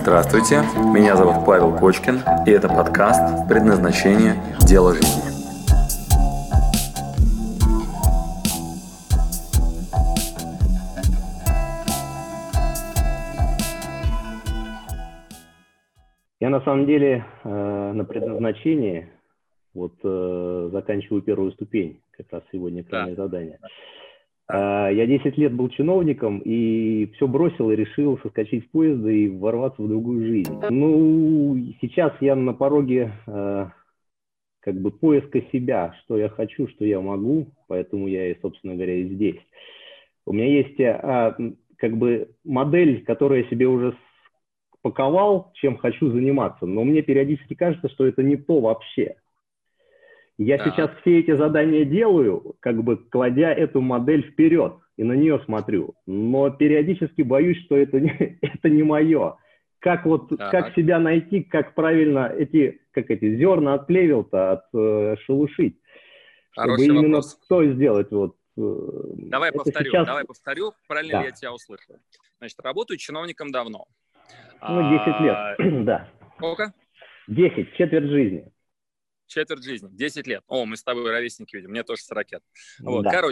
Здравствуйте, меня зовут Павел Кочкин, и это подкаст «Предназначение. Дело жизни». Я на самом деле на предназначении заканчиваю первую ступень, как раз сегодня экранное задание. Я 10 лет был чиновником и все бросил и решил соскочить с поезда и ворваться в другую жизнь. Сейчас я на пороге поиска себя, что я хочу, что я могу, поэтому я и, собственно говоря, и здесь. У меня есть модель, которую я себе уже паковал, чем хочу заниматься, но мне периодически кажется, что это не то вообще. Я сейчас все эти задания делаю, кладя эту модель вперед и на нее смотрю, но периодически боюсь, что это не мое. Как себя найти, как правильно эти зерна от плевел-то отшелушить, чтобы именно вопрос. то сделать. Давай повторю, правильно ли я тебя услышал. Значит, работаю чиновником давно. 10 лет, да. Сколько? 10, четверть жизни. Четверть жизни, 10 лет. Мы с тобой ровесники видим, мне тоже 40 лет. Да.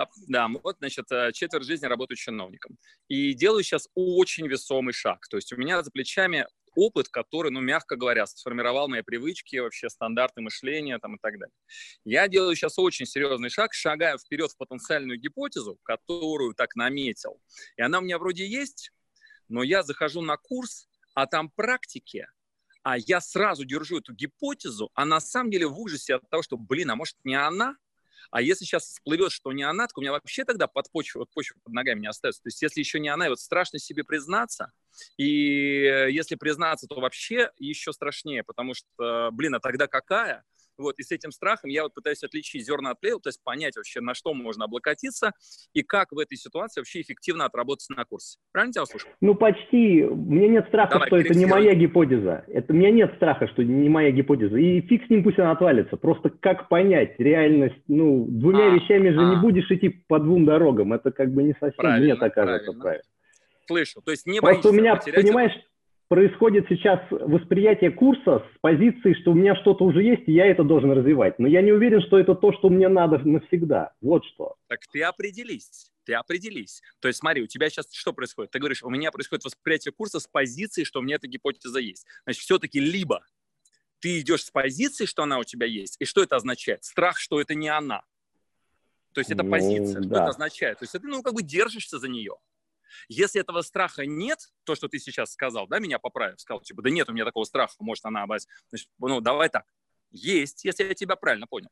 Четверть жизни работаю чиновником. И делаю сейчас очень весомый шаг. То есть у меня за плечами опыт, который, мягко говоря, сформировал мои привычки, вообще стандарты мышления и так далее. Я делаю сейчас очень серьезный шаг, шагаю вперед в потенциальную гипотезу, которую так наметил. И она у меня вроде есть, но я захожу на курс, а там практики, а я сразу держу эту гипотезу, а на самом деле в ужасе от того, что, а может, не она? А если сейчас всплывет, что не она, то у меня вообще тогда почва под ногами не остается. То есть если еще не она, и страшно себе признаться, и если признаться, то вообще еще страшнее, потому что, а тогда какая? И с этим страхом я пытаюсь отличить зерна от плевел, то есть понять вообще, на что можно облокотиться и как в этой ситуации вообще эффективно отработать на курсе. Правильно тебя услышал? Почти. У меня нет страха, что это не моя гипотеза. У меня нет страха, что не моя гипотеза. И фиг с ним, пусть она отвалится. Просто как понять реальность? Двумя вещами же не будешь идти по двум дорогам. Это не совсем, правильно, мне так кажется, правильно. Слышу. То есть не просто боишься у меня, потерять... понимаешь, происходит сейчас восприятие курса с позиции, что у меня что-то уже есть, и я это должен развивать. Но я не уверен, что это то, что мне надо навсегда. Вот что. Так ты определись. То есть смотри, у тебя сейчас что происходит? Ты говоришь, у меня происходит восприятие курса с позиции, что у меня эта гипотеза есть. Значит, все-таки либо ты идешь с позиции, что она у тебя есть, и что это означает? Страх, что это не она. То есть это позиция. Что это означает? То есть ты, держишься за нее. Если этого страха нет, то, что ты сейчас сказал, меня поправив, сказал, да нет у меня такого страха, может, она обязательно. Значит, давай так. Есть, если я тебя правильно понял.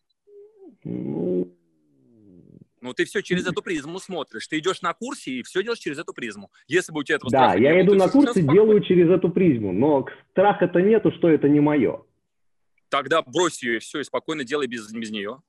Ты все через эту призму смотришь. Ты идешь на курсе и все делаешь через эту призму. Если бы у тебя этого страха не было... Да, я иду на курсе, делаю через эту призму, но страха-то нету, что это не мое. Тогда брось ее и все, и спокойно делай без нее.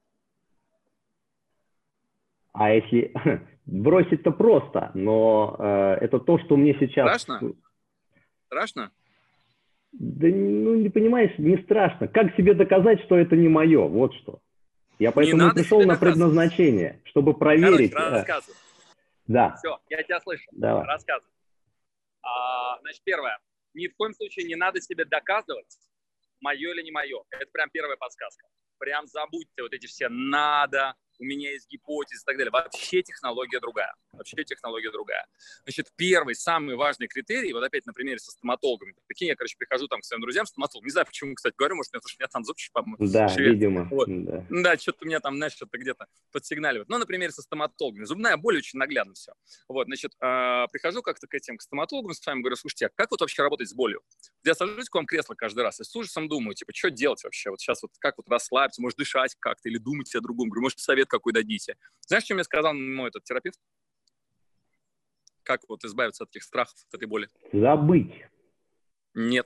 А если... Бросить-то просто, но это то, что мне сейчас... Страшно? Да, не понимаешь, не страшно. Как себе доказать, что это не мое? Вот что. Я поэтому и пришел на предназначение, чтобы проверить... Рассказывай. Да. Все, я тебя слышу. Давай. Рассказывай. Значит, первое. Ни в коем случае не надо себе доказывать, мое или не мое. Это прям первая подсказка. Прям забудьте эти все «надо», «у меня есть гипотеза» и так далее. Вообще технология другая. Значит, первый, самый важный критерий, опять на примере со стоматологами. Прикинь, я, прихожу к своим друзьям, стоматолог. Не знаю, почему, кстати, говорю, может, потому что у меня там зуб, по-моему, да, шевелится. Видимо. Да, что-то у меня там, что-то где-то подсигналивает. На примере со стоматологами. Зубная боль очень наглядно все. Значит, прихожу как-то к стоматологам с вами, говорю, слушайте, а как вообще работать с болью? Я сажусь к вам в кресло каждый раз и с ужасом думаю, что делать вообще? Сейчас как расслабиться, может, дышать как-то или думать о другом. Говорю, может, совет какой дадите? Знаешь, что мне сказал мой этот терапевт? Как избавиться от этих страхов, от этой боли? Забыть. Нет.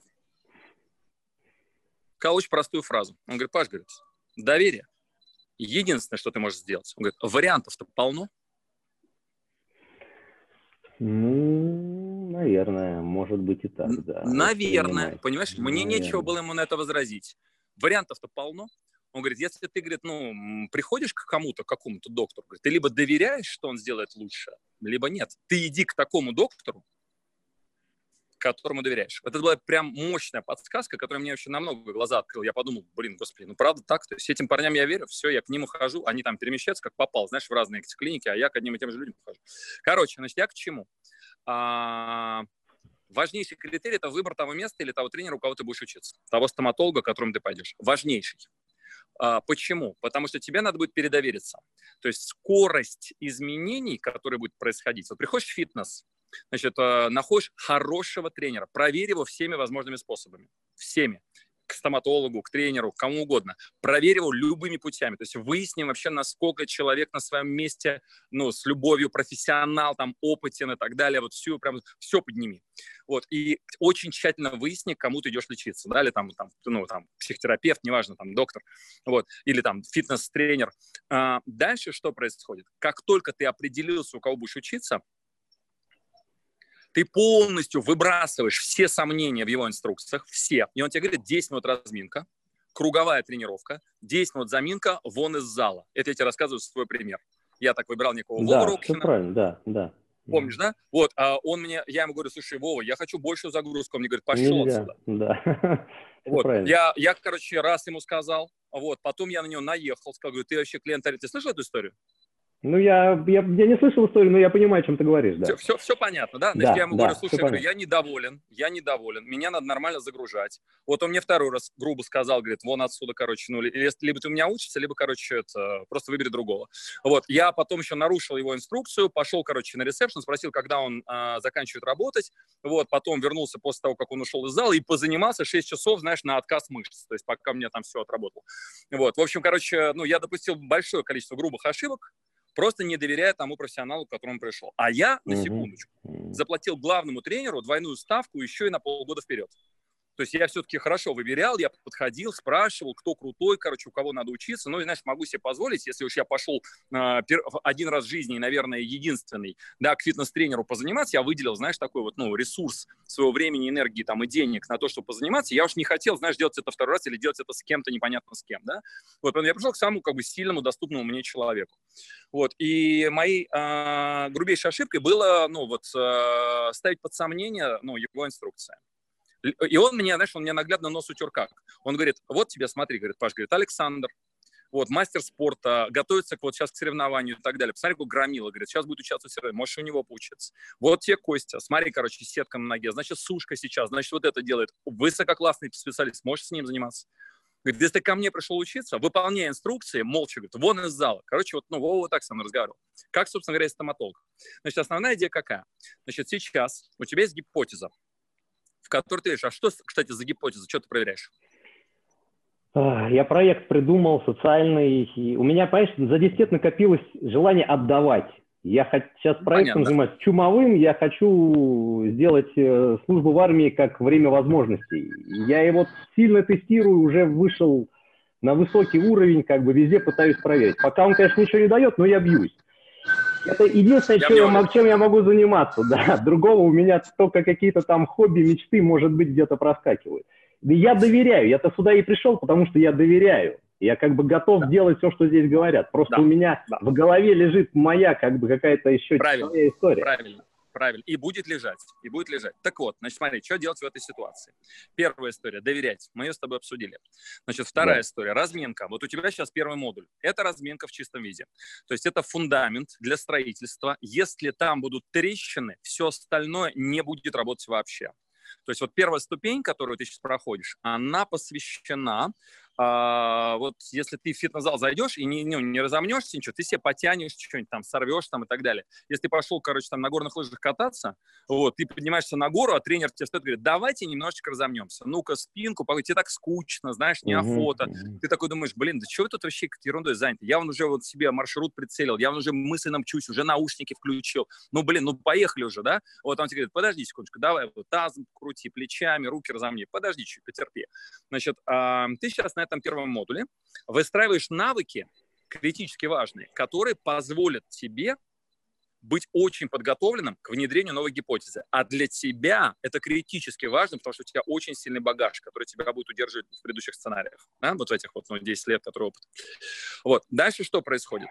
Сказал очень простую фразу. Он говорит, Паш, доверие. Единственное, что ты можешь сделать. Он говорит, вариантов-то полно. Наверное, может быть и так, да. Наверное, понимаешь? Мне нечего было ему на это возразить. Вариантов-то полно. Он говорит, если ты, приходишь к кому-то, к какому-то доктору, ты либо доверяешь, что он сделает лучше, либо нет. Ты иди к такому доктору, которому доверяешь. Вот это была прям мощная подсказка, которая мне вообще намного глаза открыла. Я подумал, блин, господи, ну правда так? То есть этим парням я верю, все, я к ним ухожу, они там перемещаются как попал, знаешь, в разные эти клиники, а я к одним и тем же людям ухожу. Короче, значит, я к чему? Важнейший критерий – это выбор того места или того тренера, у кого ты будешь учиться, того стоматолога, к которому ты пойдешь. Важнейший. Почему? Потому что тебе надо будет передовериться. То есть скорость изменений, которые будут происходить. Вот приходишь в фитнес, значит, находишь хорошего тренера, проверь его всеми возможными способами. Всеми. К стоматологу, к тренеру, к кому угодно. Проверь его любыми путями. То есть выясни вообще, насколько человек на своем месте, ну, с любовью, профессионал, там, опытен и так далее. Вот все, прям, все подними. Вот. И очень тщательно выясни, к кому ты идешь лечиться. Да? Или там, психотерапевт, неважно, там, доктор. Вот. Или там фитнес-тренер. Дальше что происходит? Как только ты определился, у кого будешь учиться, ты полностью выбрасываешь все сомнения в его инструкциях, все. И он тебе говорит, 10 минут разминка, круговая тренировка, 10 минут заминка, вон из зала. Это я тебе рассказываю свой пример. Я так выбирал некого Вову Рокшина. Да, все правильно, да. Помнишь, да? Вот, я ему говорю, слушай, Вова, я хочу большую загрузку. Он мне говорит, пошел отсюда. Да. Вот. Я, короче, раз ему сказал, вот, потом я на него наехал, сказал, ты вообще клиент, ты слышал эту историю? Ну, я не слышал историю, но я понимаю, о чем ты говоришь, да. Все понятно, да? Значит, я ему говорю, слушай, я недоволен, меня надо нормально загружать. Вот он мне второй раз грубо сказал, говорит, вон отсюда, короче, ну, либо ты у меня учишься, либо, короче, просто выбери другого. Вот, я потом еще нарушил его инструкцию, пошел, короче, на ресепшн, спросил, когда он заканчивает работать, вот, потом вернулся после того, как он ушел из зала и позанимался 6 часов, знаешь, на отказ мышц, то есть пока у меня там все отработало. Вот, в общем, короче, ну, я допустил большое количество грубых ошибок, просто не доверяя тому профессионалу, к которому пришел. А я, на секундочку, заплатил главному тренеру двойную ставку еще и на полгода вперед. То есть я все-таки хорошо выбирал, я подходил, спрашивал, кто крутой, короче, у кого надо учиться. Ну, и, знаешь, могу себе позволить, если уж я пошел один раз в жизни, наверное, единственный, да, к фитнес-тренеру позаниматься, я выделил, знаешь, такой вот, ну, ресурс своего времени, энергии там и денег на то, чтобы позаниматься. Я уж не хотел, знаешь, делать это второй раз или делать это с кем-то непонятно с кем, да. Вот, поэтому я пришел к самому, как бы, сильному, доступному мне человеку. Вот, и моей грубейшей ошибкой было, ну, вот, ставить под сомнение, ну, его инструкция. И он мне, знаешь, он мне наглядно нос утер как. Он говорит, вот тебе, смотри, говорит, Паш, говорит, Александр, вот, мастер спорта, готовится вот сейчас к соревнованию и так далее. Посмотри, какой громила, говорит, сейчас будет участвовать в соревновании, можешь у него поучиться. Вот тебе Костя, смотри, короче, сетка на ноге, значит, Сушка сейчас, значит, вот это делает. Высококлассный специалист, можешь с ним заниматься. Говорит, если ты ко мне пришел учиться, выполняй инструкции, молча, говорит, вон из зала. Короче, вот, ну, Вова вот так со мной разговаривал. Как, собственно говоря, стоматолог. Значит, основная идея какая? Значит, сейчас у тебя есть гипотеза, в который ты видишь. А что, кстати, за гипотеза? Что ты проверяешь? Я проект придумал, социальный. И у меня, понимаешь, за 10 лет накопилось желание отдавать. Я сейчас проектом занимаюсь чумовым, я хочу сделать службу в армии как время возможностей. Я его сильно тестирую, уже вышел на высокий уровень, как бы везде пытаюсь проверить. Пока он, конечно, ничего не дает, но я бьюсь. Это единственное, чем я могу заниматься, да. Другого у меня только какие-то там хобби, мечты, может быть, где-то проскакивают. Да я доверяю, я-то сюда и пришел, потому что я доверяю. Я как бы готов делать все, что здесь говорят. Просто у меня в голове лежит моя как бы какая-то еще своя история. Правильно. И будет лежать. Так вот, значит, смотри, что делать в этой ситуации. Первая история – доверять. Мы ее с тобой обсудили. Значит, вторая история – разминка. Вот у тебя сейчас первый модуль. Это разминка в чистом виде. То есть это фундамент для строительства. Если там будут трещины, все остальное не будет работать вообще. То есть вот первая ступень, которую ты сейчас проходишь, она посвящена, вот если ты в фитнес-зал зайдешь и не разомнешься ничего, ты себе потянешь что-нибудь там, сорвешь там и так далее. Если ты пошел, короче, там на горных лыжах кататься, вот, ты поднимаешься на гору, а тренер тебе стоит и говорит, давайте немножечко разомнемся. Ну-ка, спинку, тебе так скучно, знаешь, неохота. Ты такой думаешь, блин, да что вы тут вообще какой-то ерундой заняты? Я вон уже вот себе маршрут прицелил, я вон уже мысленно мчусь, уже наушники включил. Ну, блин, ну поехали уже, да? Вот он тебе говорит, подожди секундочку, давай вот тазом крути, плечами, руки разомни, подожди чуть, потерпи. Значит, ты сейчас на этом первом модуле выстраиваешь навыки, критически важные, которые позволят тебе быть очень подготовленным к внедрению новой гипотезы. А для тебя это критически важно, потому что у тебя очень сильный багаж, который тебя будет удерживать в предыдущих сценариях. Да? Вот в этих вот 10 лет, который опыт. Вот. Дальше что происходит?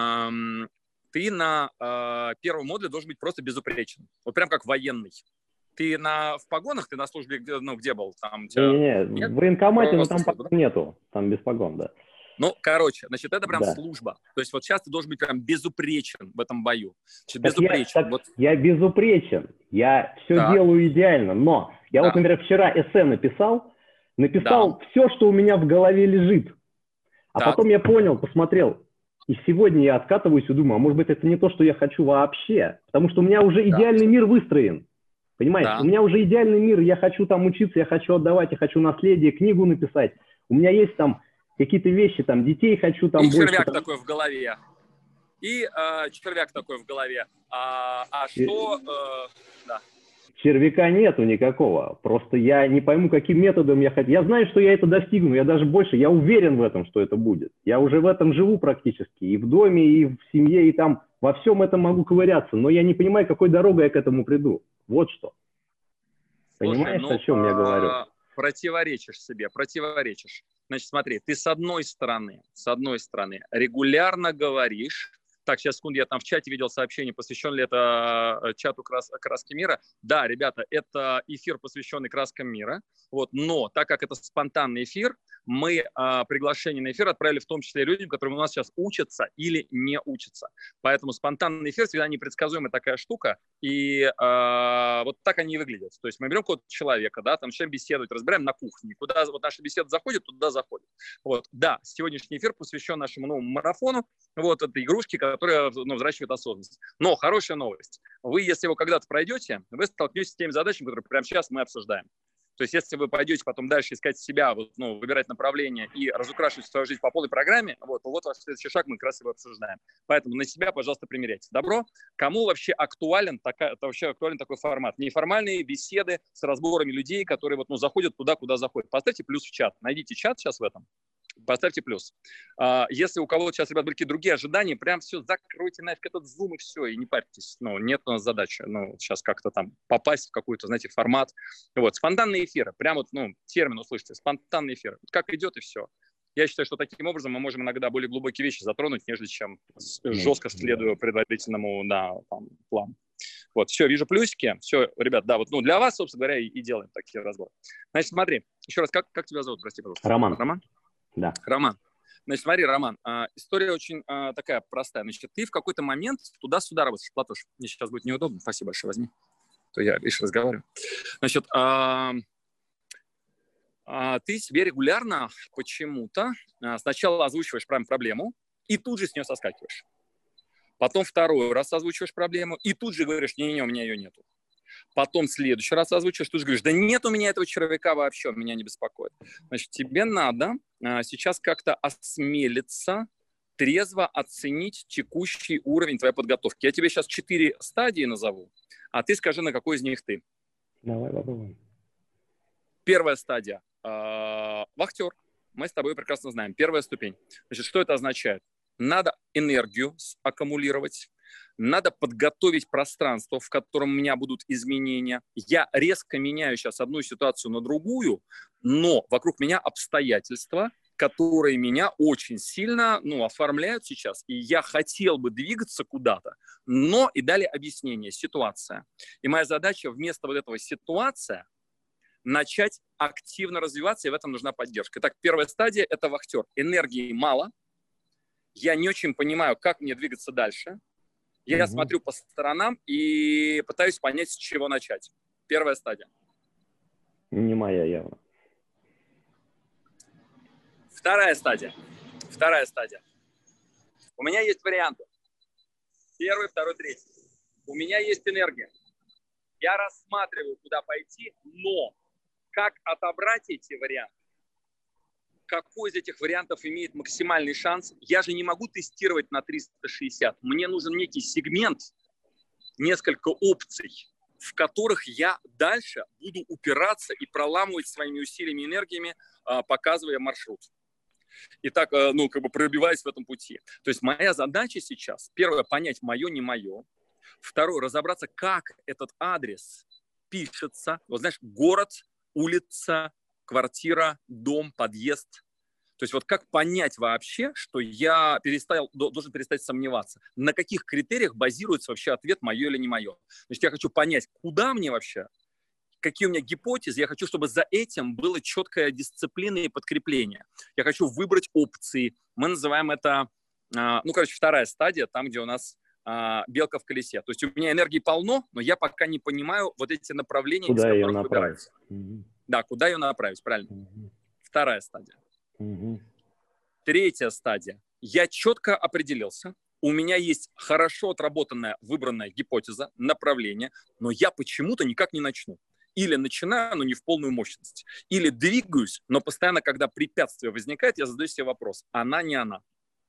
Ты на первом модуле должен быть просто безупречен. Вот прям как военный. Ты в погонах, ты на службе, где был? Там Не, в военкомате, но там погон нету, там без погон, да. Ну, короче, значит, это прям Да. служба. То есть вот сейчас ты должен быть прям безупречен в этом бою. Значит, безупречен. Я безупречен, я все делаю идеально, но я вот, например, вчера эссе написал все, что у меня в голове лежит. А потом я понял, посмотрел, и сегодня я откатываюсь и думаю, а может быть, это не то, что я хочу вообще, потому что у меня уже идеальный мир выстроен. Понимаешь, у меня уже идеальный мир, я хочу там учиться, я хочу отдавать, я хочу наследие, книгу написать. У меня есть там какие-то вещи, там, детей хочу там и больше. Червяк такой в голове. Червяк такой в голове. Да. Червяка нету никакого. Просто я не пойму, каким методом я хочу. Я знаю, что я это достигну. Я даже больше, я уверен в этом, что это будет. Я уже в этом живу практически. И в доме, и в семье, и там во всем этом могу ковыряться. Но я не понимаю, какой дорогой я к этому приду. Вот что. Понимаешь, о чем я говорю? Противоречишь себе, противоречишь. Значит, смотри, ты с одной стороны регулярно говоришь. Так, сейчас, секунду, я там в чате видел сообщение, посвящен ли это чату «Краски мира». Да, ребята, это эфир, посвященный краскам мира. Вот, но так как это спонтанный эфир, мы приглашение на эфир отправили в том числе людям, которые у нас сейчас учатся или не учатся. Поэтому спонтанный эфир всегда непредсказуемая такая штука. И вот так они и выглядят. То есть мы берем какого-то человека, да, там начинаем беседовать, разбираем на кухне. Куда вот наша беседа заходит, туда заходит. Вот, да, сегодняшний эфир посвящен нашему новому марафону. Вот, это игрушки, которые взращивают осознанность. Но хорошая новость. Вы, если вы когда-то пройдете, вы столкнетесь с теми задачами, которые прямо сейчас мы обсуждаем. То есть, если вы пойдете потом дальше искать себя, выбирать направление и разукрашивать свою жизнь по полной программе, вот ваш следующий шаг мы как раз его обсуждаем. Поэтому на себя, пожалуйста, примеряйте. Добро? Кому вообще актуален такой формат? Неформальные беседы с разборами людей, которые заходят туда, куда заходят. Поставьте плюс в чат. Найдите чат сейчас в этом. Поставьте плюс. Если у кого-то сейчас, ребят, были какие-то другие ожидания, прям все, закройте нафиг этот зум и все, и не парьтесь. Нет у нас задачи, сейчас как-то там попасть в какой-то, знаете, формат. Вот, спонтанные эфиры, прям термин услышите, спонтанные эфиры. Как идет и все. Я считаю, что таким образом мы можем иногда более глубокие вещи затронуть, нежели чем жестко следуя предварительному плану. Вот, все, вижу плюсики. Все, ребят, да, для вас, собственно говоря, и делаем такие разборы. Значит, смотри, еще раз, как тебя зовут, прости, пожалуйста? Роман? Да. Роман. Значит, смотри, Роман, история очень такая простая. Значит, ты в какой-то момент туда-сюда работаешь. Платош, мне сейчас будет неудобно. Спасибо большое, возьми. То я, видишь, разговариваю. Значит, ты себе регулярно почему-то сначала озвучиваешь проблему и тут же с нее соскакиваешь. Потом второй раз озвучиваешь проблему и тут же говоришь, не-не, у меня ее нету. Потом в следующий раз озвучиваешь, тут же говоришь, да нет у меня этого червяка вообще, меня не беспокоит. Значит, тебе надо сейчас как-то осмелиться, трезво оценить текущий уровень твоей подготовки. Я тебе сейчас 4 стадии назову, а ты скажи, на какой из них ты. Давай попробуем. Первая стадия. Вахтер. Мы с тобой прекрасно знаем. Первая ступень. Значит, что это означает? Надо энергию аккумулировать. Надо подготовить пространство, в котором у меня будут изменения. Я резко меняю сейчас одну ситуацию на другую, но вокруг меня обстоятельства, которые меня очень сильно оформляют сейчас. И я хотел бы двигаться куда-то, но и далее объяснение, ситуация. И моя задача вместо этого ситуация начать активно развиваться, и в этом нужна поддержка. Итак, первая стадия – это вахтер. Энергии мало. Я не очень понимаю, как мне двигаться дальше. Я смотрю по сторонам и пытаюсь понять, с чего начать. Первая стадия. Не моя явно. Вторая стадия. У меня есть варианты. Первый, второй, третий. У меня есть энергия. Я рассматриваю, куда пойти, но как отобрать эти варианты? Какой из этих вариантов имеет максимальный шанс? Я же не могу тестировать на 360. Мне нужен некий сегмент, несколько опций, в которых я дальше буду упираться и проламывать своими усилиями и энергиями, показывая маршрут. И так, пробиваясь в этом пути. То есть моя задача сейчас, первое, понять, мое, не мое. Второе, разобраться, как этот адрес пишется. Вот знаешь, город, улица, квартира, дом, подъезд. То есть как понять вообще, что я должен перестать сомневаться, на каких критериях базируется вообще ответ, мое или не мое. Значит, я хочу понять, куда мне вообще какие у меня гипотезы, я хочу, чтобы за этим было четкая дисциплина и подкрепление. Я хочу выбрать опции. Мы называем это, вторая стадия, там, где у нас белка в колесе. То есть у меня энергии полно, но я пока не понимаю вот эти направления, куда из ее которых направить. выбираюсь. Да, куда ее направить, правильно. Вторая стадия. Третья стадия. Я четко определился. У меня есть хорошо отработанная, выбранная гипотеза, направление, но я почему-то никак не начну. Или начинаю, но не в полную мощность. Или двигаюсь, но постоянно, когда препятствие возникает, я задаю себе вопрос, она, не она.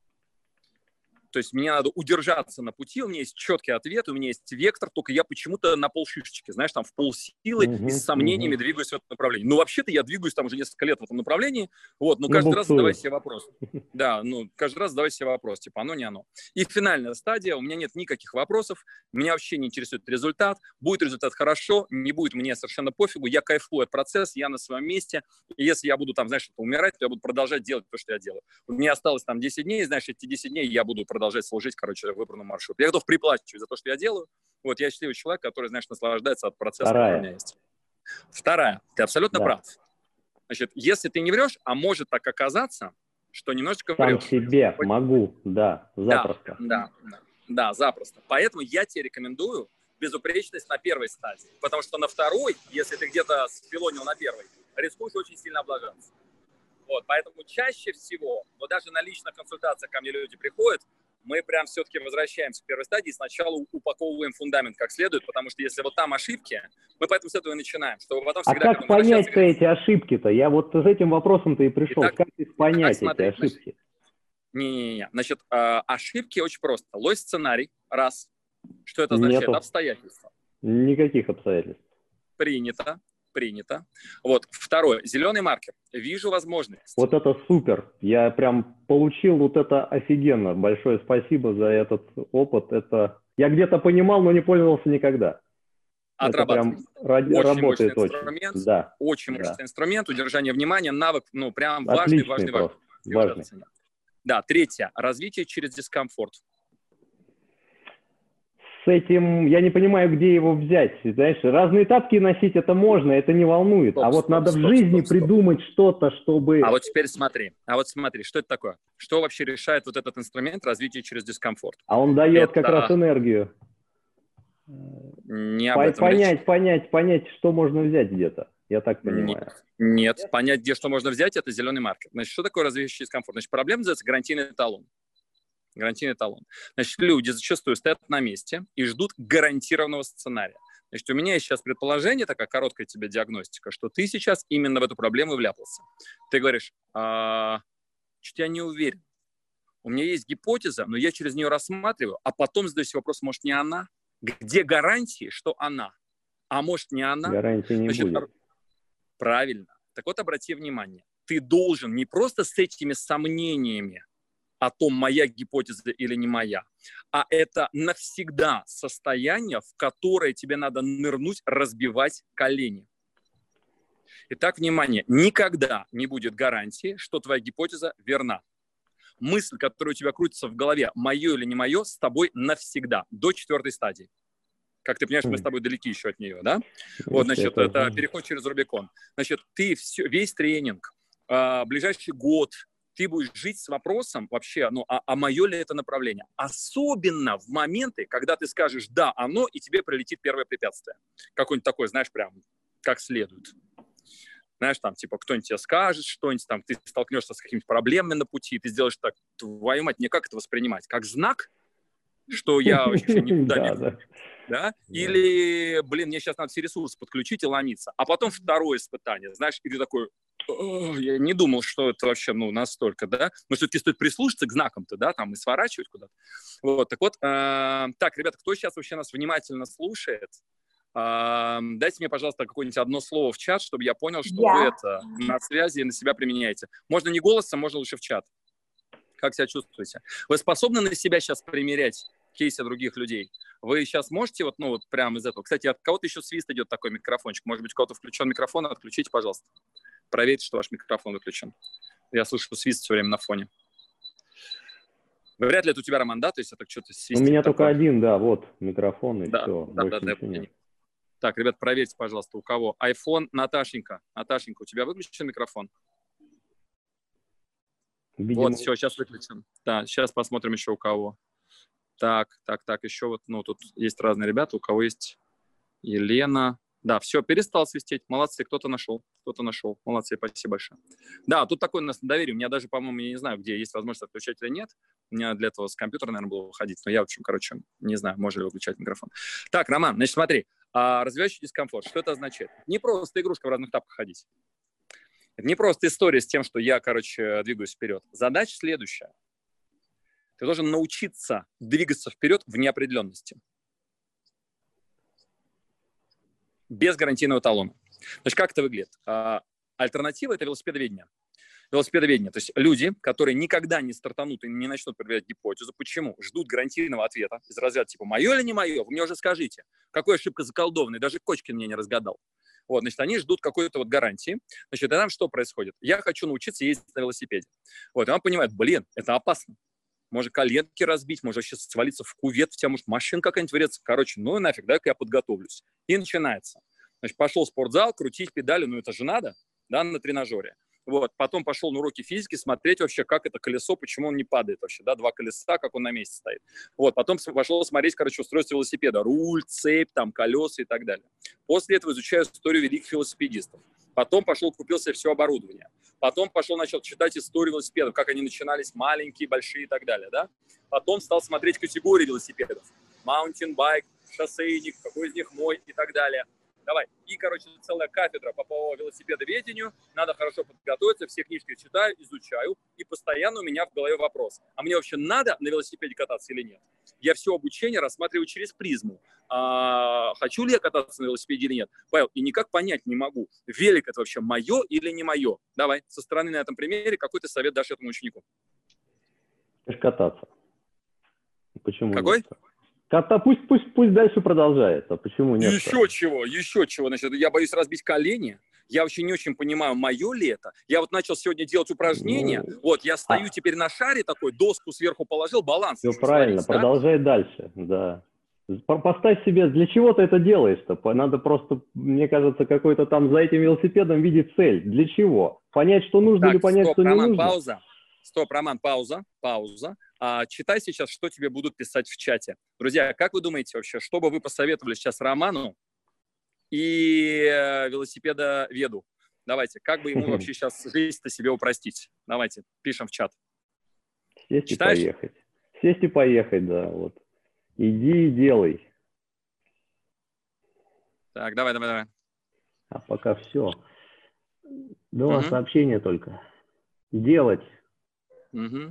То есть мне надо удержаться на пути, у меня есть четкий ответ, у меня есть вектор, только я почему-то на полшишечки, знаешь, там в полсилы и с сомнениями двигаюсь в этом направлении. Ну, вообще-то я двигаюсь там уже несколько лет в этом направлении, вот, но каждый раз задавай себе вопрос. Да, каждый раз задавай себе вопрос, типа, оно, не оно. И финальная стадия, у меня нет никаких вопросов, меня вообще не интересует результат, будет результат хорошо, не будет, мне совершенно пофигу, я кайфую от процесса, я на своем месте, и если я буду там, знаешь, умирать, то я буду продолжать делать то, что я делаю. У меня осталось там 10 дней, знаешь, эти 10 дней я буду продолжать служить, выбранному маршруту. Я готов приплачивать за то, что я делаю. Вот, я счастливый человек, который, знаешь, наслаждается от процесса, который у меня есть. Вторая. Ты абсолютно прав. Значит, если ты не врешь, а может так оказаться, что немножечко врешь. Сам себе могу, да, запросто. Да, запросто. Поэтому я тебе рекомендую безупречность на первой стадии. Потому что на второй, если ты где-то сфилонил на первой, рискуешь очень сильно облажаться. Вот, поэтому чаще всего, но даже на личных консультациях ко мне люди приходят, мы прям все-таки возвращаемся к первой стадии и сначала упаковываем фундамент как следует, потому что если вот там ошибки, мы поэтому с этого и начинаем. Чтобы потом всегда, как понять-то эти ошибки-то? Я вот с этим вопросом-то и пришел. Итак, как их понять, эти ошибки? Не-не-не. Значит, ошибки очень просто. Лось сценарий, раз. Что это означает? Нету. Обстоятельства. Никаких обстоятельств. Принято. Вот. Второе. Зеленый маркер. Вижу возможность. Вот это супер. Я прям получил вот это офигенно. Большое спасибо за этот опыт. Это я где-то понимал, но не пользовался никогда. Отрабатывать. Очень мощный инструмент. Да. Очень мощный инструмент. Удержание внимания, навык, прям важный. Да. Третье. Развитие через дискомфорт. С этим я не понимаю, где его взять. Знаешь, разные тапки носить это можно, это не волнует. Надо в жизни придумать что-то, чтобы... А вот теперь смотри, что это такое? Что вообще решает вот этот инструмент развития через дискомфорт? А он дает как раз энергию. Не об этом понять, что можно взять где-то. Я так понимаю. Нет, понять, где что можно взять, это зеленый маркер. Значит, что такое развитие через дискомфорт? Значит, проблема называется гарантийный талон. Гарантийный талон. Значит, люди зачастую стоят на месте и ждут гарантированного сценария. Значит, у меня есть сейчас предположение, такая короткая тебе диагностика, что ты сейчас именно в эту проблему и вляпался. Ты говоришь, что-то я не уверен. У меня есть гипотеза, но я через нее рассматриваю, а потом задаю себе вопрос, может, не она? Где гарантии, что она? А может, не она? Гарантии не будет. Правильно. Так вот, обрати внимание. Ты должен не просто с этими сомнениями о том, моя гипотеза или не моя, а это навсегда состояние, в которое тебе надо нырнуть, разбивать колени. Итак, внимание, никогда не будет гарантии, что твоя гипотеза верна. Мысль, которая у тебя крутится в голове, мое или не мое, с тобой навсегда, до 4-й стадии. Как ты понимаешь, мы с тобой далеки еще от нее, да? Вот, значит, это переход через Рубикон. Значит, ты весь тренинг, ближайший год, ты будешь жить с вопросом вообще, а мое ли это направление? Особенно в моменты, когда ты скажешь «да, оно», и тебе прилетит первое препятствие. Какое-нибудь такое, знаешь, прям как следует. Знаешь, там, типа, кто-нибудь тебе скажет что-нибудь, там, ты столкнешься с какими-то проблемами на пути, ты сделаешь так, твою мать, мне как это воспринимать? Как знак, что я вообще никуда не буду? Да? Или, мне сейчас надо все ресурсы подключить и ломиться. А потом второе испытание, знаешь, и ты такой, я не думал, что это вообще, настолько, да? Но все-таки стоит прислушаться к знакам-то, да, там, и сворачивать куда-то. Вот, так вот, так, ребята, кто сейчас вообще нас внимательно слушает, дайте мне, пожалуйста, какое-нибудь одно слово в чат, чтобы я понял, что вы это на связи и на себя применяете. Можно не голосом, можно лучше в чат. Как себя чувствуете? Вы способны на себя сейчас примерять кейсы других людей? Вы сейчас можете прямо из этого? Кстати, от кого-то еще свист идет такой микрофончик. Может быть, у кого-то включен микрофон, отключите, пожалуйста. Проверьте, что ваш микрофон выключен. Я слышу свист все время на фоне. Вряд ли это у тебя, Роман, да? То есть это что-то свистит. У меня только один, да, вот микрофон и все. Да, Так, ребят, проверьте, пожалуйста, у кого iPhone. Наташенька, у тебя выключен микрофон? Видимо... Вот, все, сейчас выключен. Да, сейчас посмотрим еще у кого. Так, еще вот, ну, тут есть разные ребята, у кого есть Елена. Да, все, перестал свистеть. Молодцы, кто-то нашел. Молодцы, спасибо большое. Да, тут такое у нас доверие. У меня даже, по-моему, я не знаю, где есть возможность отключать или нет. У меня для этого с компьютера, наверное, было выходить. Но я, в общем, не знаю, можно ли выключать микрофон. Так, Роман, значит, смотри. Развивающий дискомфорт. Что это означает? Не просто игрушка в разных тапках ходить. Это не просто история с тем, что я, двигаюсь вперед. Задача следующая. Ты должен научиться двигаться вперед в неопределенности. Без гарантийного талона. Значит, как это выглядит? Альтернатива – это велосипедоведение. То есть люди, которые никогда не стартанут и не начнут проверять гипотезу. Почему? Ждут гарантийного ответа из разряда типа «моё или не моё? Вы мне уже скажите». Какой ошибка заколдованной? Даже Кочкин мне не разгадал. Вот, значит, они ждут какой-то вот гарантии. Значит, и там что происходит? Я хочу научиться ездить на велосипеде. Вот, и он понимает, это опасно. Может коленки разбить, может вообще свалиться в кювет, в тебя может машина какая-нибудь врезаться. Короче, ну и нафиг, дай-ка я подготовлюсь. И начинается. Значит, пошел в спортзал, крутить педали, это же надо, да, на тренажере. Вот, потом пошел на уроки физики смотреть вообще, как это колесо, почему он не падает вообще, да, 2 колеса, как он на месте стоит. Вот, потом пошел смотреть, устройство велосипеда, руль, цепь, там, колеса и так далее. После этого изучаю историю великих велосипедистов. Потом пошел, купил себе все оборудование. Потом начал читать историю велосипедов, как они начинались, маленькие, большие и так далее, да. Потом стал смотреть категории велосипедов. Маунтинбайк, шоссейник, какой из них мой и так далее. Давай. И, целая кафедра по велосипедоведению. Надо хорошо подготовиться, все книжки читаю, изучаю. И постоянно у меня в голове вопрос. А мне вообще надо на велосипеде кататься или нет? Я все обучение рассматриваю через призму. Хочу ли я кататься на велосипеде или нет? Павел, и никак понять не могу, велик это вообще мое или не мое. Давай, со стороны на этом примере, какой ты совет дашь этому ученику? Кататься. Почему какой? Нет? Пусть дальше продолжает. А почему нет? Еще чего. Значит, я боюсь разбить колени. Я вообще не очень понимаю, мое ли это. Я вот начал сегодня делать упражнения. Я стою теперь на шаре такой, доску сверху положил, баланс. Все правильно, продолжай дальше, да. Поставь себе, для чего ты это делаешь-то? Надо просто, мне кажется, какой-то там за этим велосипедом видеть цель. Для чего? Понять, что нужно, или понять, что не нужно? Стоп, Роман, пауза. Читай сейчас, что тебе будут писать в чате. Друзья, как вы думаете вообще, что бы вы посоветовали сейчас Роману и велосипедоведу? Давайте, как бы ему вообще сейчас жизнь-то себе упростить? Давайте, пишем в чат. Сесть и поехать, да, вот. Иди и делай. Так, давай. А пока все. 2 сообщения только. Делать. Угу.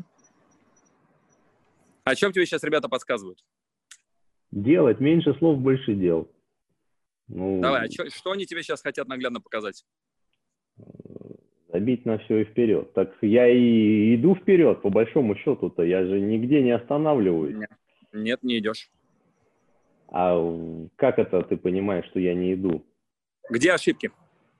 О чем тебе сейчас ребята подсказывают? Делать. Меньше слов, больше дел. Давай, что они тебе сейчас хотят наглядно показать? Забить на все и вперед. Так я и иду вперед, по большому счету-то. Я же нигде не останавливаюсь. Нет, не идешь. А как это ты понимаешь, что я не иду? Где ошибки?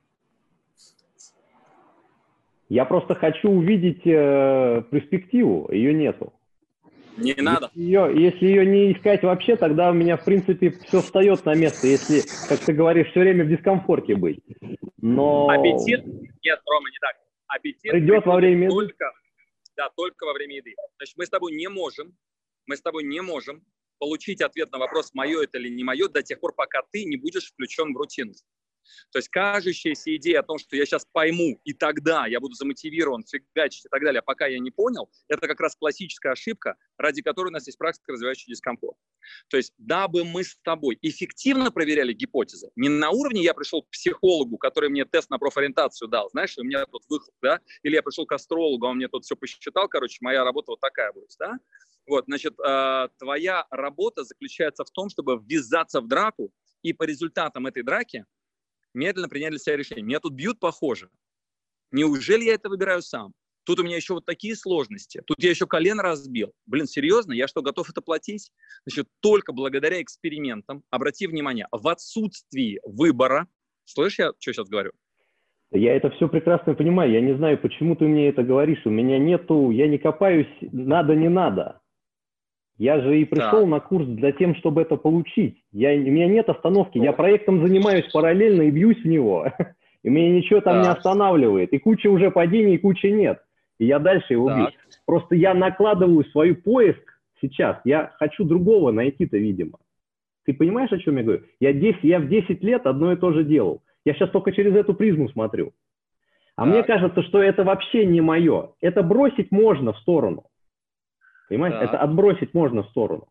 Я просто хочу увидеть перспективу. Ее нету. Не надо. Если ее не искать вообще, тогда у меня, в принципе, все встает на место, если, как ты говоришь, все время в дискомфорте быть. Но... Аппетит? Нет, Рома, не так. Аппетит придет во время еды. Только во время еды. Значит, мы с тобой не можем получить ответ на вопрос, мое это или не мое, до тех пор, пока ты не будешь включен в рутину. То есть кажущаяся идея о том, что я сейчас пойму, и тогда я буду замотивирован фигачить и так далее, а пока я не понял, это как раз классическая ошибка, ради которой у нас есть практика, развивающая дискомфорт. То есть дабы мы с тобой эффективно проверяли гипотезы, не на уровне я пришел к психологу, который мне тест на профориентацию дал, знаешь, у меня тут выход, да, или я пришел к астрологу, он мне тут все посчитал, моя работа вот такая будет, да. Вот, значит, твоя работа заключается в том, чтобы ввязаться в драку и по результатам этой драки медленно принять для себя решение. Меня тут бьют, похоже. Неужели я это выбираю сам? Тут у меня еще вот такие сложности. Тут я еще колено разбил. Блин, серьезно? Я что, готов это платить? Значит, только благодаря экспериментам, обрати внимание, в отсутствии выбора, слышишь, я что сейчас говорю? Я это все прекрасно понимаю. Я не знаю, почему ты мне это говоришь. У меня нету, я не копаюсь, надо, не надо. Я же и пришел на курс для тем, чтобы это получить. У меня нет остановки. Я проектом занимаюсь параллельно и бьюсь в него. И меня ничего там не останавливает. И куча уже падений, и куча нет. И я дальше его бью. Просто я накладываю свой поиск сейчас. Я хочу другого найти-то, видимо. Ты понимаешь, о чем я говорю? Я в 10 лет одно и то же делал. Я сейчас только через эту призму смотрю. А мне кажется, что это вообще не мое. Это бросить можно в сторону. Понимаешь? Это отбросить можно в сторону.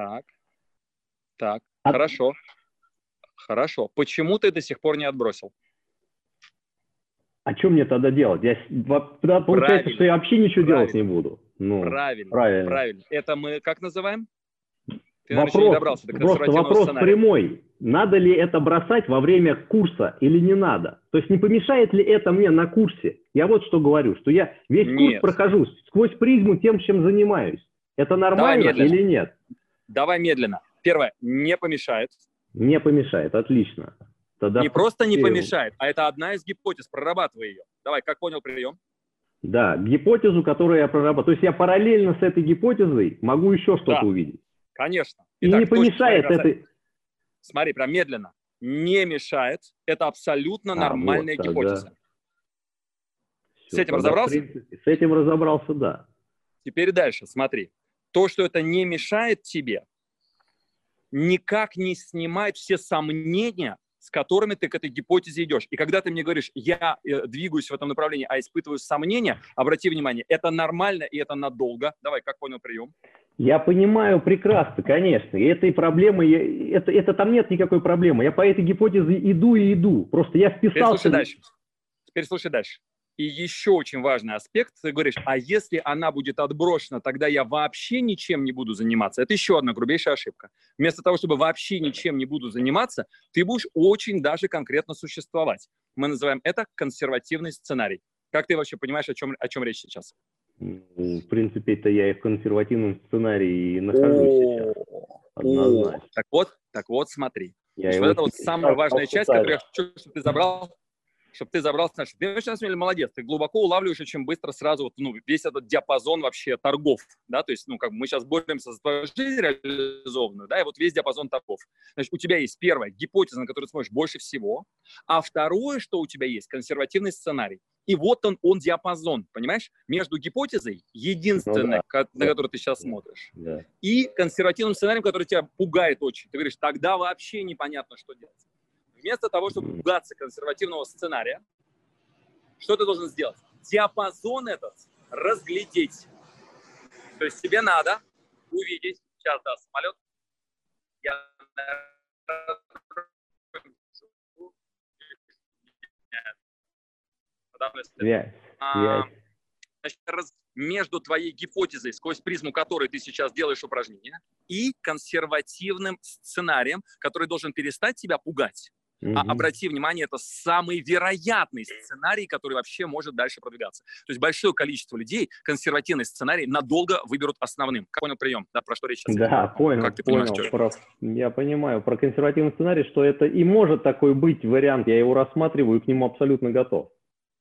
Хорошо. Хорошо. Почему ты до сих пор не отбросил? А что мне тогда делать? Тогда получается, что я вообще ничего делать не буду. Правильно. Это мы как называем? Ты, вопрос, не добрался до просто вопрос сценария. Прямой. Надо ли это бросать во время курса или не надо? То есть не помешает ли это мне на курсе? Я вот что говорю, что я весь курс прохожу сквозь призму тем, чем занимаюсь. Это нормально или нет? Давай медленно. Первое, не помешает. Не помешает, отлично. Тогда не просто не помешает, а это одна из гипотез, прорабатывай ее. Давай, как понял прием? Да, гипотезу, которую я прорабатываю. То есть я параллельно с этой гипотезой могу еще что-то увидеть. Конечно. Итак, и не помешает это. Смотри, прям медленно. Не мешает. Это абсолютно нормальная гипотеза. Все, с этим разобрался? С этим разобрался, да. Теперь дальше, смотри. То, что это не мешает тебе, никак не снимает все сомнения, с которыми ты к этой гипотезе идешь. И когда ты мне говоришь, я двигаюсь в этом направлении, а испытываю сомнения, обрати внимание, это нормально и это надолго. Давай, как понял прием? Я понимаю прекрасно, конечно. И этой проблемы, это там нет никакой проблемы. Я по этой гипотезе иду и иду. Просто я вписался. Теперь слушай дальше. И еще очень важный аспект, ты говоришь, а если она будет отброшена, тогда я вообще ничем не буду заниматься. Это еще одна грубейшая ошибка. Вместо того, чтобы вообще ничем не буду заниматься, ты будешь очень даже конкретно существовать. Мы называем это консервативный сценарий. Как ты вообще понимаешь, о чем речь сейчас? В принципе, это я и в консервативном сценарии нахожусь сейчас. Однозначно. Так вот, смотри. Вот это вот самая важная часть, которую я хочу, чтобы ты забрал. Чтобы ты забрался, значит, ты на самом деле молодец, ты глубоко улавливаешь очень быстро сразу весь этот диапазон вообще торгов, да, то есть, мы сейчас боремся за твою жизнь реализованную, да, и вот весь диапазон торгов. Значит, у тебя есть первая гипотеза, на которую ты смотришь больше всего, а второе, что у тебя есть, консервативный сценарий. И вот он диапазон, понимаешь, между гипотезой, единственной, на которую ты сейчас смотришь, и консервативным сценарием, который тебя пугает очень. Ты говоришь, тогда вообще непонятно, что делать. Вместо того, чтобы пугаться консервативного сценария, что ты должен сделать? Диапазон этот разглядеть. То есть тебе надо увидеть, сейчас, да, самолет, Значит, между твоей гипотезой, сквозь призму которой ты сейчас делаешь упражнение, и консервативным сценарием, который должен перестать тебя пугать. А обрати внимание, это самый вероятный сценарий, который вообще может дальше продвигаться. То есть большое количество людей консервативный сценарий надолго выберут основным. Как понял прием? Да, про что речь сейчас? Да, понял. Как ты понял. Я понимаю про консервативный сценарий, что это и может такой быть вариант. Я его рассматриваю и к нему абсолютно готов.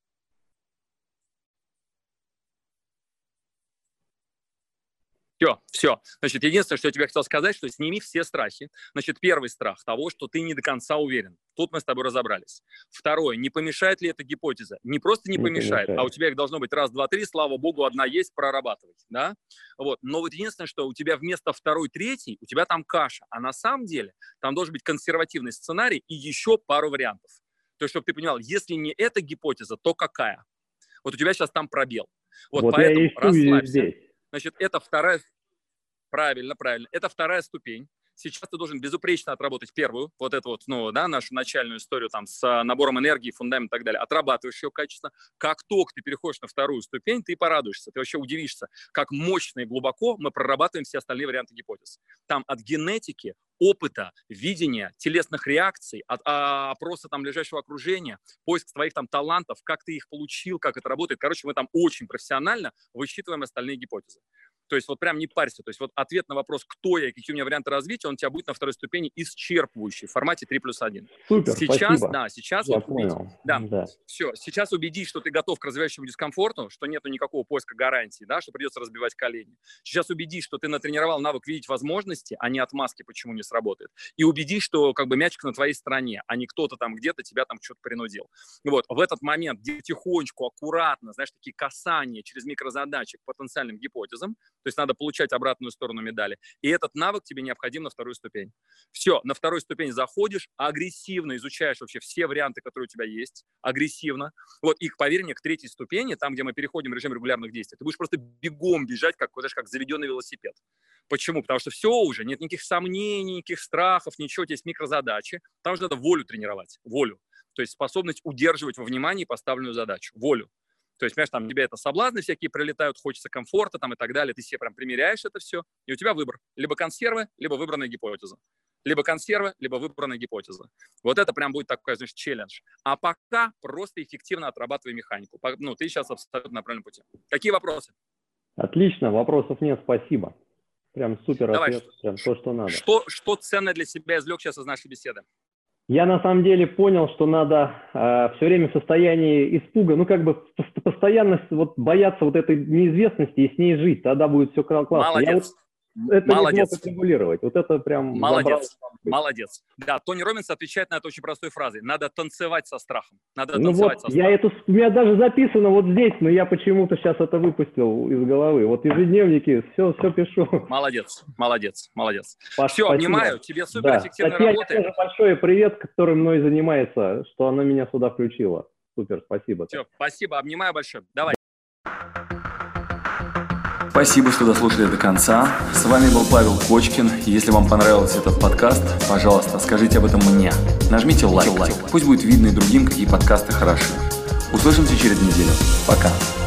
Все. Значит, единственное, что я тебе хотел сказать, что сними все страхи. Значит, первый страх того, что ты не до конца уверен. Тут мы с тобой разобрались. Второе, не помешает ли эта гипотеза? Не просто не помешает, а у тебя их должно быть раз, два, три, слава богу, одна есть, прорабатывать, да? Вот. Но вот единственное, что у тебя вместо второй, третьей, у тебя там каша, а на самом деле там должен быть консервативный сценарий и еще пару вариантов. То есть, чтобы ты понимал, если не эта гипотеза, то какая? Вот у тебя сейчас там пробел. Вот поэтому расслабься. Значит, это вторая... Правильно. Это вторая ступень. Сейчас ты должен безупречно отработать первую, вот эту вот, нашу начальную историю там с набором энергии, фундамент и так далее. Отрабатываешь ее качественно. Как только ты переходишь на вторую ступень, ты порадуешься, ты вообще удивишься, как мощно и глубоко мы прорабатываем все остальные варианты гипотез. Там от генетики, опыта, видения, телесных реакций, от опроса там ближайшего окружения, поиск твоих там талантов, как ты их получил, как это работает. Короче, мы там очень профессионально высчитываем остальные гипотезы. То есть вот прям не парься. То есть вот ответ на вопрос, кто я и какие у меня варианты развития, он у тебя будет на второй ступени исчерпывающий в формате 3+1. Супер, сейчас, спасибо. да, сейчас Я вот понял. да, все, сейчас убедись, что ты готов к развивающему дискомфорту, что нету никакого поиска гарантий, да, что придется разбивать колени. Сейчас убедись, что ты натренировал навык видеть возможности, а не отмазки, почему не сработает. И убедись, что как бы мячик на твоей стороне, а не кто-то там где-то тебя там что-то принудил. Вот, в этот момент тихонечку, аккуратно, знаешь, такие касания через микрозадачи к потенциальным гипотезам, то есть надо получать обратную сторону медали. И этот навык тебе необходим на вторую ступень. Все, на вторую ступень заходишь, агрессивно изучаешь вообще все варианты, которые у тебя есть, агрессивно. Вот, и, поверь мне, к третьей ступени, там, где мы переходим в режим регулярных действий, ты будешь просто бегом бежать, как, знаешь, как заведенный велосипед. Почему? Потому что все уже, нет никаких сомнений, никаких страхов, ничего, у тебя есть микрозадачи. Там же надо волю тренировать, волю. То есть способность удерживать во внимании поставленную задачу, волю. То есть, понимаешь, там тебе это соблазны всякие прилетают, хочется комфорта там и так далее, ты себе прям примеряешь это все, и у тебя выбор. Либо консервы, либо выбранная гипотеза. Либо консервы, либо выбранная гипотеза. Вот это прям будет такой, значит, челлендж. А пока просто эффективно отрабатывай механику. Ну, ты сейчас абсолютно на правильном пути. Какие вопросы? Отлично, вопросов нет, спасибо. Прям супер Давай, ответ, прям то, что надо. Что ценное для себя извлек сейчас из нашей беседы? Я на самом деле понял, что надо все время в состоянии испуга, ну как бы постоянно вот бояться вот этой неизвестности и с ней жить, тогда будет все классно. Молодец. Это не смог отрегулировать. Вот это прям... Молодец. Молодец. Да, Тони Роббинс отвечает на это очень простой фразой. Надо танцевать со страхом. Надо танцевать со страхом. У меня даже записано вот здесь, но я почему-то сейчас это выпустил из головы. Вот ежедневники, все пишу. Молодец, молодец, молодец. Паш, все, спасибо. обнимаю. Тебе суперэффективной работы. Татьяне большое привет, который мной занимается, что она меня сюда включила. Супер, спасибо. Все, спасибо, обнимаю большое. Давай. Спасибо, что дослушали до конца. С вами был Павел Кочкин. Если вам понравился этот подкаст, пожалуйста, скажите об этом мне. Нажмите лайк. Пусть будет видно и другим, какие подкасты хороши. Услышимся через неделю. Пока.